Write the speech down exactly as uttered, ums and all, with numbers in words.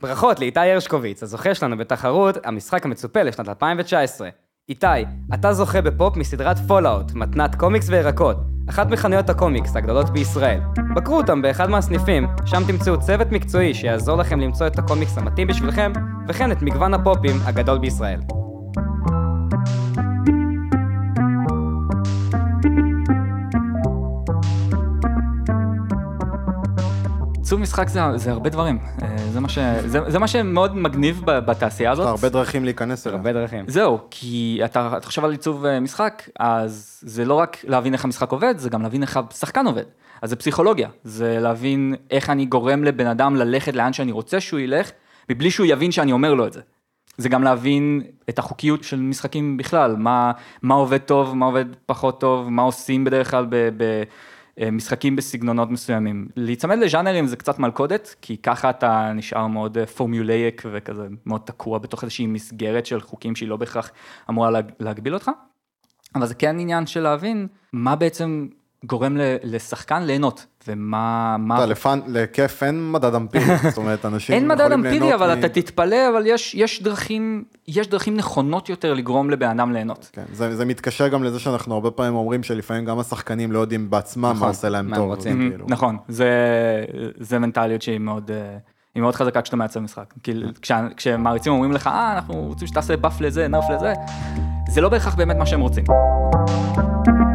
ברכות לאיתי הרשקוביץ, הזוכה שלנו בתחרות המשחק המצופה לשנת אלפיים תשע עשרה. איתי, אתה זוכה בפופ מסדרת פולאוט, מתנת קומיקס וירקות, אחת מחנויות הקומיקס הגדולות בישראל. בקרו אותם באחד מהסניפים, שם תמצאו צוות מקצועי שיעזור לכם למצוא את הקומיקס המתאים בשבילכם, וכן את מגוון הפופים הגדול בישראל. עיצוב משחק זה, זה הרבה דברים, זה מה, ש, זה, זה מה שמאוד מגניב בתעשייה הזאת. הרבה דרכים להיכנס אליו. הרבה דרכים. זהו, כי אתה, אתה חושב על עיצוב משחק, אז זה לא רק להבין איך המשחק עובד, זה גם להבין איך השחקן עובד. אז זה פסיכולוגיה, זה להבין איך אני גורם לבן אדם ללכת לאן שאני רוצה שהוא ילך, מבלי שהוא יבין שאני אומר לו את זה. זה גם להבין את החוקיות של משחקים בכלל, מה, מה עובד טוב, מה עובד פחות טוב, מה עושים בדרך כלל ב... ב משחקים בסגנונות מסוימים. להיצמד לז'אנרים זה קצת מלכודת, כי ככה אתה נשאר מאוד פורמולייק וכזה מאוד תקוע בתוך איזושהי מסגרת של חוקים שהיא לא בהכרח אמורה להגביל אותך. אבל זה כן עניין של להבין מה בעצם גורם לשחקן ליהנות, ומה... לכיף אין מדד אמפירי, זאת אומרת, אנשים אין מדד אמפירי, אבל מ... אתה תתפלא, אבל יש, יש דרכים, יש דרכים נכונות יותר לגרום לבן אדם ליהנות. כן, זה, זה מתקשר גם לזה שאנחנו הרבה פעמים אומרים שלפעמים גם השחקנים לא יודעים בעצמם נכון, מה עושה להם מה טוב. רוצים. כאילו. נכון, זה, זה מנטליות שהיא מאוד, היא מאוד חזקה כשאתה מעצב משחק. כי כשה, כשמעריצים אומרים לך, אה, אנחנו רוצים שתעשה באף לזה, נרף לזה, זה לא בהכרח באמת מה שהם רוצים.